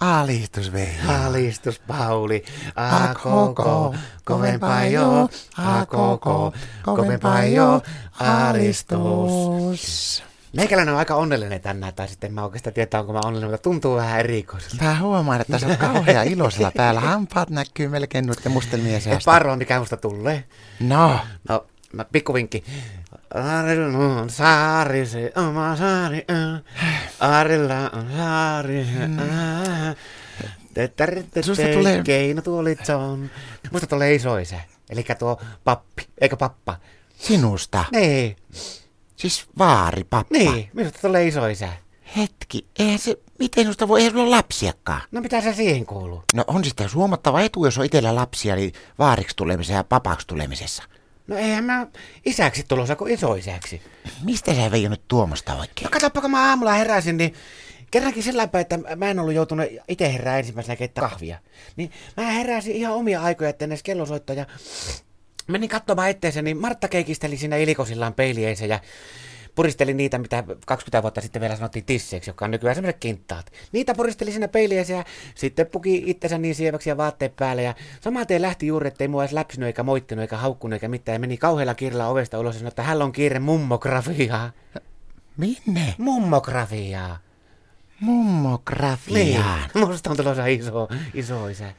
Alistus Veijo. Alistus Pauli. A koko, kovempaa jo. A koko, kovempaa jo. Alistus. Meikäläinen on aika onnellinen tänään, tai sitten mä oikeastaan tiedä, onko mä onnellinen, mutta tuntuu vähän erikoiselta. Mä huomaan, että sä oot kauhean iloisella päällä. Hampaat näkyy melkein noiden mustelmien seasta. Parroa, mikä musta tulee. No, Pikkuvinkki. Arilla on saari, se oma saari. Arilla on saari. Susta tulee- Keinotuolit on. Musta tulee isoisä. Eli tuo pappi, eikö pappa? sinusta. Niin, Siis vaari, pappa. niin. Minusta tulee isoisä. Hetki, eihän se, miten susta voi, eihän sulla ole lapsiakaan. No mitä se siihen kuuluu? No on sitten huomattava etu, jos on itsellä lapsia, niin vaariksi tulemisessa ja papaksi tulemisessa. No eihän mä isäksi tulossa kuin isoisäksi. Mistä sä Veijo nyt tuommoista oikein? No katsoppa, kun mä aamulla heräsin, niin kerrankin sillä lailla, että mä en ollut joutunut itse herää ensimmäisenä keittää kahvia. Niin mä heräsin ihan omia aikoja, etten edes kellosoittoa ja menin katsomaan etteensä, niin Martta keikisteli siinä ilikosillaan peilieensä ja puristeli niitä, mitä 20 vuotta sitten vielä sanottiin tisseiksi, joka on nykyään semmoiset kinttaat. Niitä puristeli siinä peilieensä ja sitten puki itsensä niin sieväksi ja vaatteet päälle ja saman tien lähti juuri, ettei mua edes läpsinyt eikä moittinut eikä haukkunut eikä mitään ja meni kauhealla kiireellä ovesta ulos ja sanoi, että hänellä on kiire mummografiaa. Minne? Mummografiaa. Mummografiaan. Niin, musta on tulossa iso isä.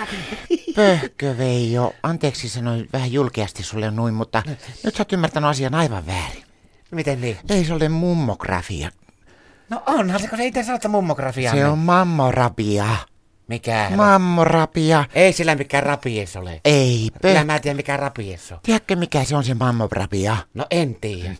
Pöhkö Veijo, anteeksi sanoin vähän julkeasti sulle noin, mutta nyt sä oot ymmärtänyt asian aivan väärin. Miten niin? Ei se ole mummografia. No onhan se, kun se itse sanoo mummografiaa. Se on mammorabia. Mikä? Mammorabia. Ei sillä mikään rapies ole. Ei, Kyllä mä en tiedä mikä rapies on. Tiedätkö mikä se on se mammorabia? No en tiedä.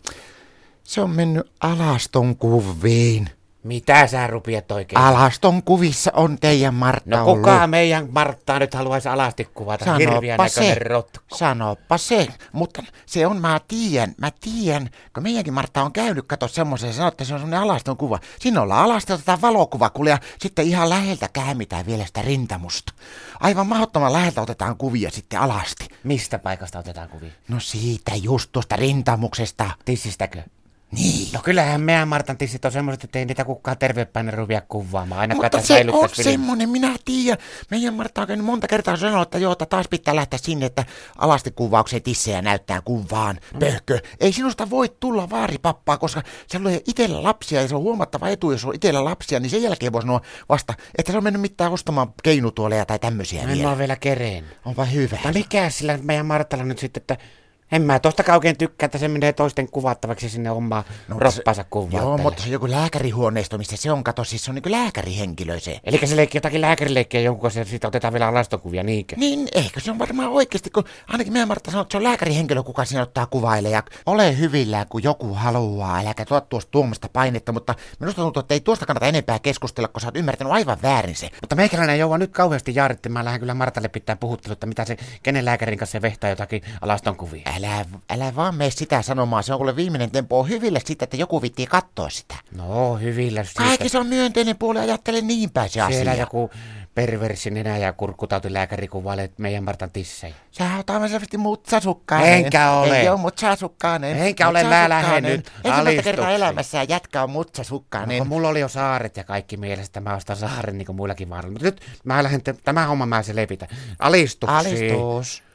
Se on mennyt alaston kuviin. Mitä sä rupiat oikein? Alaston kuvissa on teidän Martta No ollut. kuka meidän Marttaa nyt haluaisi alasti kuvata? Hirviän näköinen rotko. Sanoppa se, mutta se on, mä tiedän, kun meidänkin Martta on käynyt, kato semmoisen ja sanoi, että se on semmoinen alaston kuva. Siinä ollaan alasti, otetaan valokuva, kuule, ja sitten ihan läheltä käämitään vielä sitä rintamusta. Aivan mahdottoman läheltä otetaan kuvia sitten alasti. Mistä paikasta otetaan kuvia? No siitä just tuosta rintamuksesta. Tissistäkö? Niin. No kyllähän meidän Martan tissit on semmoiset, että ei niitä kukaan tervepäinen ruvia kuvaamaan. Ainakaan Mutta tässä se on säilyttäisi semmoinen, minä tiedän. Meidän Martta on käynyt monta kertaa sanonut, että joo, että taas pitää lähteä sinne, että alasti kuvaukseen tissejä näyttää kuvaan. Pöhkö. Ei sinusta voi tulla vaaripappaa, koska se on itsellä lapsia ja se on huomattava etu, jos on itsellä lapsia, niin sen jälkeen voi sanoa vasta, että se on mennyt mitään ostamaan keinutuoleja tai tämmöisiä En vielä. mä ole vielä kereen. Onpa hyvä. Tai mikä sillä meidän Martalla nyt sitten, että en mä tostakaan oikein tykkää, että se menee toisten kuvattavaksi sinne omaa roppansa kuvaan. Joo, mutta se on joku lääkärihuoneisto, missä se on, kato, siis se on niin lääkärihenkilö se. Eli se leikki jotakin lääkärileikkiä jonkun, kun siitä otetaan vielä alastokuvia, niinkö? Niin, ehkä se on varmaan oikeasti, kun ainakin meidän Martta sanoo, että se on lääkärihenkilö, kuka siinä ottaa kuvaille ja ole hyvillään, kun joku haluaa, äläkä tuo tuosta tuommoista painetta, mutta minusta tuntuu, että ei tuosta kannata enempää keskustella, kun sä oot ymmärtänyt aivan väärin se. Mutta meikäläinen jouaa nyt kauheasti jaaritti, mä lähden kyllä Martalle pitää puhuttelua, että mitä se, kenen lääkärin kanssa se vehtaa jotakin alastonkuvia. Älä vaan mene sitä sanomaan, se on kuule viimeinen tempo on hyville sitä, että joku viittii katsoa sitä. No, hyvillä siitä. Kaikki se on myönteinen puoli, ajattele niin päin se Siellä asia. joku perversi nenä ja kurkkutautilääkäri kuvailee meidän Martan tissejä. Sä oot aivan selvästi mutsasukkainen. Enkä ole. Ei oo mutsasukkainen. Enkä ole, mä lähden nyt Ensimmäistä kertaa alistuksiin. elämässä jätkä on mutsasukkainen. No, mulla oli jo saaret ja kaikki mielessä, mä ostan saaren niin kuin muillakin vaaralla. Mutta nyt mä lähden, tämä homma mä se levitä. Alistuksiin. Alistus.